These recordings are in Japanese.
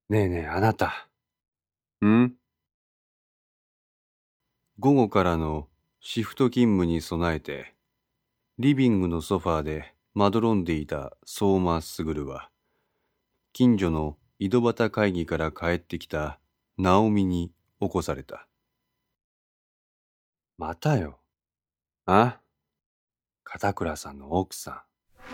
ねえねえ、あなた。 ん午後からのシフト勤務に備えて、リビングのソファーでまどろんでいた相馬卓は、近所の井戸端会議から帰ってきた直美に起こされた。またよ。 あ片倉さんの奥さ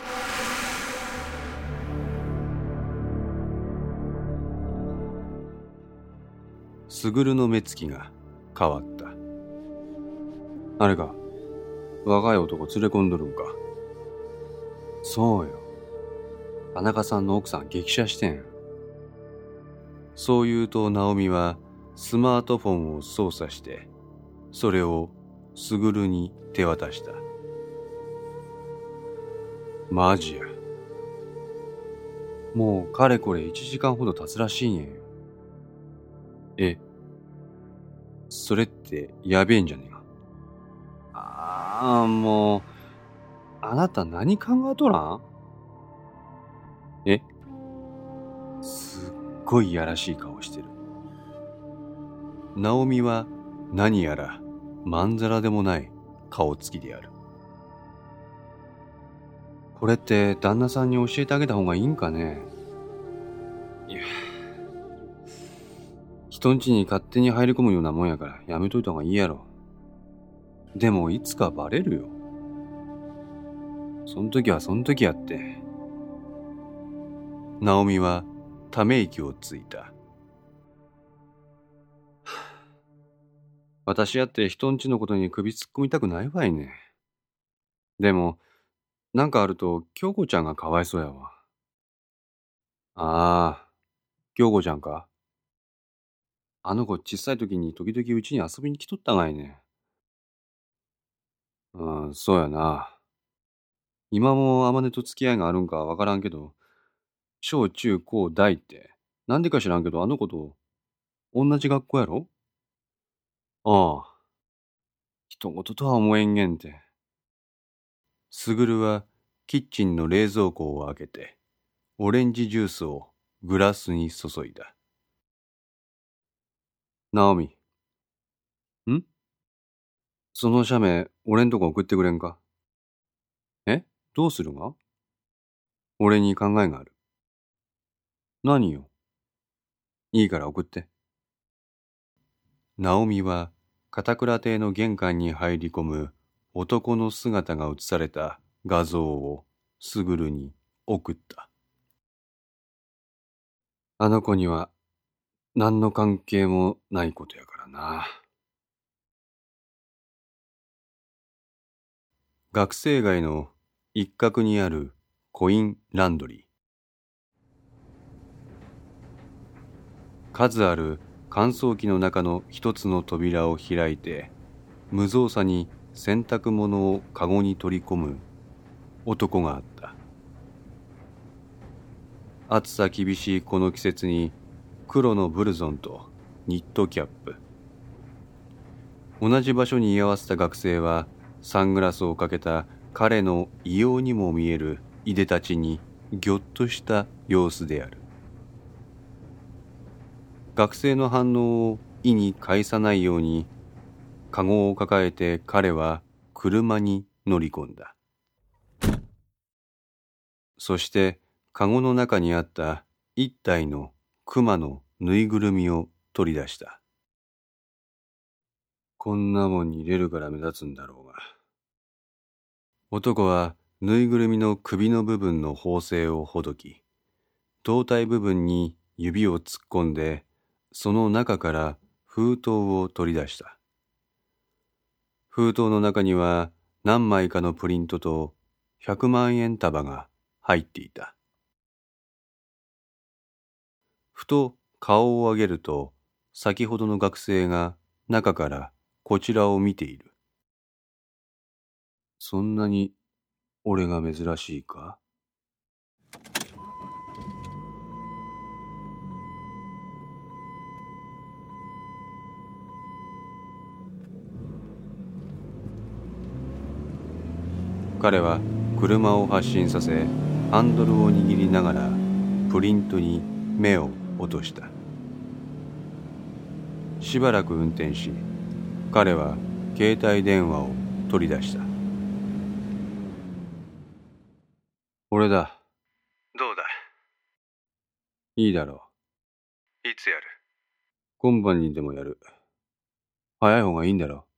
ん。卓の目つきが変わった。 あれか。若い男連れ込んどるんか。 そうよ。田中さんの奥さん激写してん。そう言うと直美はスマートフォンを操作して、それを卓に手渡した。マジや。もうかれこれ1時間ほど経つらしいんやよ。 え、 それってやべえんじゃねえか。もう、あなた何考えとらん？ え、 すっごいやらしい顔してる。直美は何やらまんざらでもない顔つきである。これって旦那さんに教えてあげた方がいいんかね？いや、人ん家に勝手に入り込むようなもんやからやめといた方がいいやろ。でもいつかバレるよ。そん時はそん時やって。直美はため息をついた。私やって人ん家のことに首突っ込みたくないわいね。でも、なんかあると京子ちゃんがかわいそうやわ。ああ、京子ちゃんか。あの子小さい時に時々うちに遊びに来とったがいね。うん、そうやな。今もあまねと付き合いがあるんかわからんけど、小中高大って、なんでか知らんけどあの子と同じ学校やろ？ああ、人事とは思えんげんて。卓はキッチンの冷蔵庫を開けて、オレンジジュースをグラスに注いだ。ナオミ、 んその写メ、俺んとこ送ってくれんか？え？どうするが？俺に考えがある。何よ？いいから送って。ナオミは片倉邸の玄関に入り込む男の姿が写された画像を卓に送った。あの子には何の関係もないことやからな。学生街の一角にあるコインランドリー。数ある乾燥機の中の一つの扉を開いて、無造作に洗濯物をカゴに取り込む男があった。暑さ厳しいこの季節に黒のブルゾンとニットキャップ。同じ場所に居合わせた学生はサングラスをかけた彼の異様にも見えるいでたちにぎょっとした様子である。学生の反応を意に介さないように、カゴを抱えて彼は車に乗り込んだ。そしてカゴの中にあった一体の熊のぬいぐるみを取り出した。こんなもんに入れるから目立つんだろうが。男はぬいぐるみの首の部分の縫製をほどき、胴体部分に指を突っ込んで、その中から封筒を取り出した。封筒の中には何枚かのプリントと100万円束が入っていた。ふと顔を上げると、先ほどの学生が中からこちらを見ている。そんなに俺が珍しいか？彼は車を発進させ、ハンドルを握りながらプリントに目を落とした。しばらく運転し、彼は携帯電話を取り出した。俺だ。 どうだ。 いいだろう。いつやる。 今晩にでもやる。早い方がいいんだろ。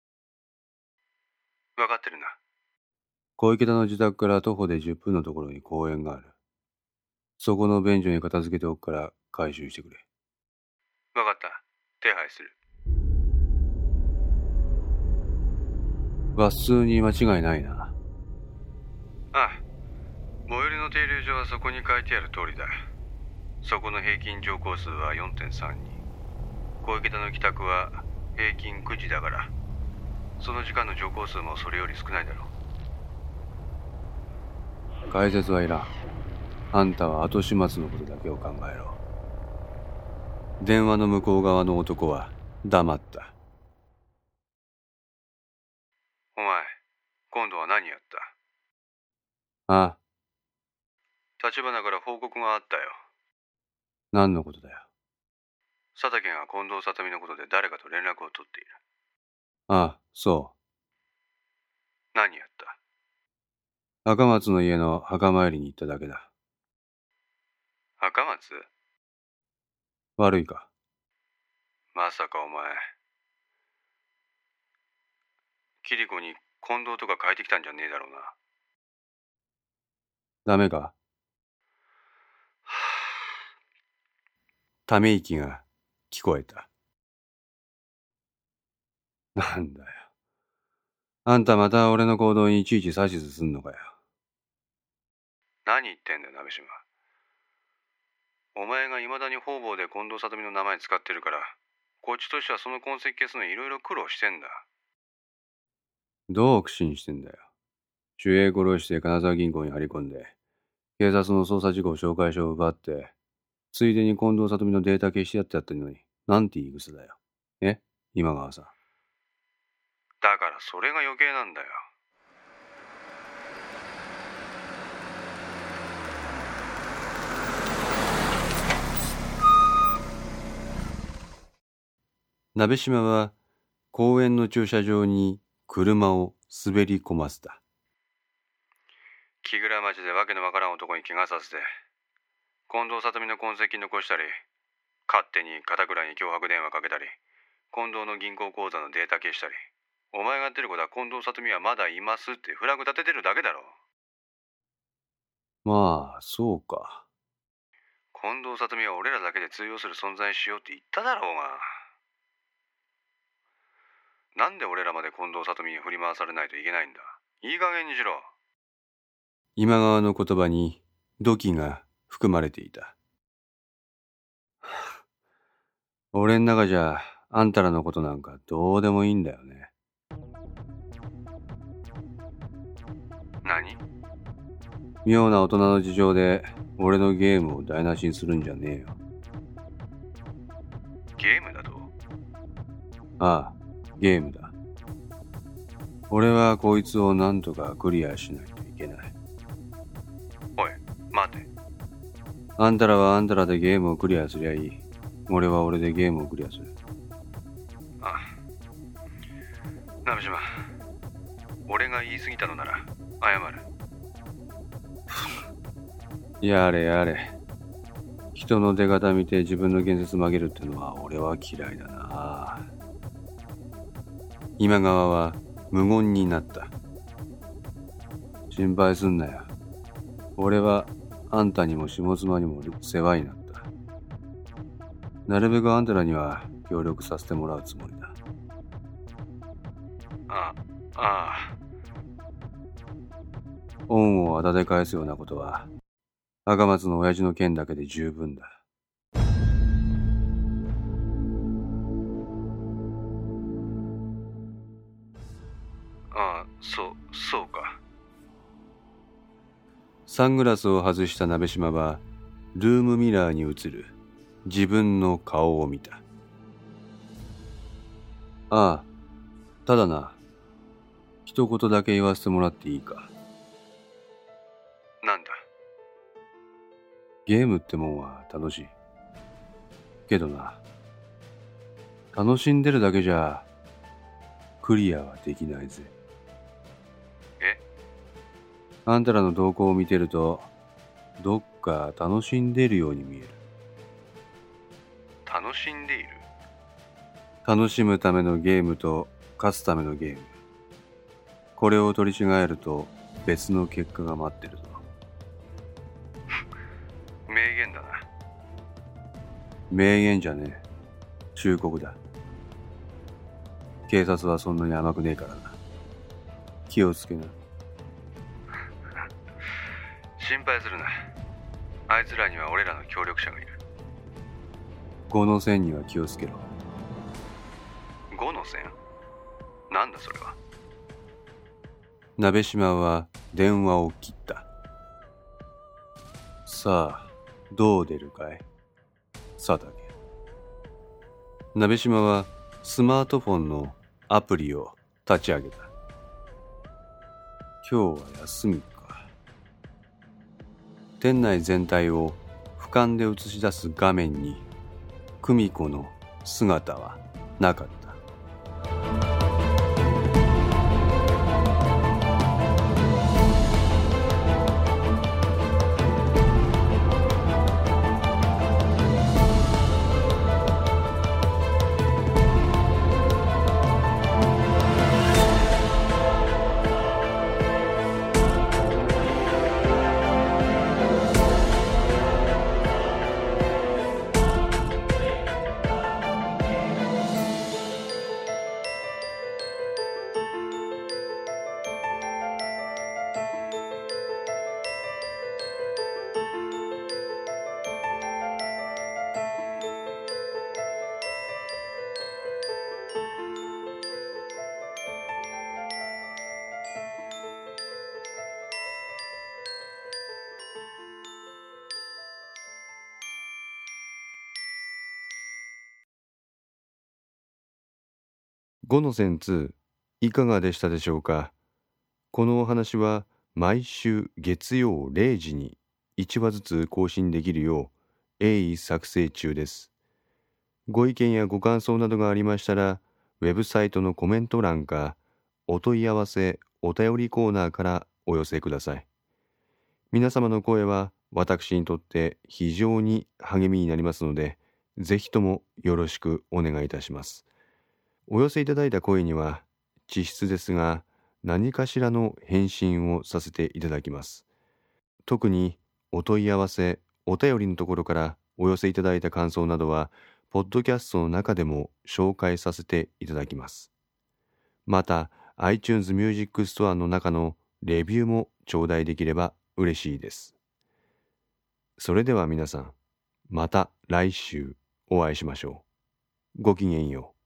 分かってるな。 小池田の自宅から徒歩で10分のところに公園がある。そこの便所に片付けておくから回収してくれ。 分かった。手配する。 バス通に間違いないな。 ああ。最寄りの停留所はそこに書いてある通りだ。そこの平均乗降数は 4.32。小池田の帰宅は平均9時だから、その時間の乗降数もそれより少ないだろう。解説はいらん。あんたは後始末のことだけを考えろ。電話の向こう側の男は黙った。 お前、今度は何やった？ ああ。 立花から報告があったよ。 何のことだよ。 佐竹が近藤里美のことで誰かと連絡を取っている。 ああ、そう。 何やった？ 赤松の家の墓参りに行っただけだ。 赤松？ 悪いか。 まさかお前、キリコに近藤とか変えてきたんじゃねえだろうな。 ダメか？ため息が聞こえた。なんだよ。あんたまた俺の行動にいちいち指図すんのかよ。 何言ってんだよ、鍋島。お前が未だに方々で近藤里美の名前使ってるから、こっちとしてはその痕跡消すのいろいろ苦労してんだ。 どう苦心してんだよ。守衛殺して金沢銀行に張り込んで、警察の捜査事項紹介書を奪って、ついでに近藤里美のデータ消してやってやってるのに、なんて言い草だよ。今川さん。 だからそれが余計なんだよ。 鍋島は公園の駐車場に車を滑り込ませた。 木倉町でわけのわからん男に怪我させて、近藤里美の痕跡残したり、勝手に片倉に脅迫電話かけたり、近藤の銀行口座のデータ消したり、お前がやってることは近藤里美はまだいますってフラグ立ててるだけだろ。 まあ、そうか。 近藤里美は俺らだけで通用する存在しようって言っただろうが。なんで俺らまで近藤里美に振り回されないといけないんだ。いい加減にしろ。 今川の言葉に怒気が含まれていた。俺ん中じゃあんたらのことなんかどうでもいいんだよね。 何？ 妙な大人の事情で俺のゲームを台無しにするんじゃねえよ。 ゲームだと？ ああ、ゲームだ。俺はこいつを何とかクリアしないといけない。 おい、待て。 あんたらはあんたらでゲームをクリアすりゃいい。俺は俺でゲームをクリアする。 ああ。鍋島、俺が言い過ぎたのなら謝る。 やれやれ。人の出方見て自分の言説曲げるってのは俺は嫌いだな。今川は無言になった。心配すんなよ。俺はあんたにも下妻にも世話になった。なるべくあんたらには協力させてもらうつもりだ。 ああ。 恩をあだで返すようなことは赤松の親父の件だけで十分だ。 ああ、そうか。 サングラスを外した鍋島はルームミラーに映る自分の顔を見た。ああ、ただな、一言だけ言わせてもらっていいか。 なんだ？ ゲームってもんは楽しい。 けどな、楽しんでるだけじゃクリアはできないぜ。 え？ あんたらの動向を見てると、どっか楽しんでいるように見える。 楽しんでいる？ 楽しむためのゲームと勝つためのゲーム。これを取り違えると別の結果が待ってるぞ。 名言だな。 名言じゃねえ。忠告だ。警察はそんなに甘くねえからな。気をつけな。 心配するな。あいつらには俺らの協力者がいる。 5の線には気をつけろ。 5の線？なんだそれは。 鍋島は電話を切った。さあ、どう出るかい？佐竹。鍋島はスマートフォンのアプリを立ち上げた。今日は休みか。店内全体を俯瞰で映し出す画面に久美子の姿はなかった。5の線2いかがでしたでしょうか。このお話は毎週月曜0時に1話ずつ更新できるよう鋭意作成中です。ご意見やご感想などがありましたら、ウェブサイトのコメント欄かお問い合わせお便りコーナーからお寄せください。皆様の声は私にとって非常に励みになりますので、ぜひともよろしくお願いいたします。お寄せいただいた声には地質ですが何かしらの返信をさせていただきます。特にお問い合わせお便りのところからお寄せいただいた感想などはポッドキャストの中でも紹介させていただきます。また iTunes Music Store の中のレビューも頂戴できれば嬉しいです。それでは皆さん、また来週お会いしましょう。ごきげんよう。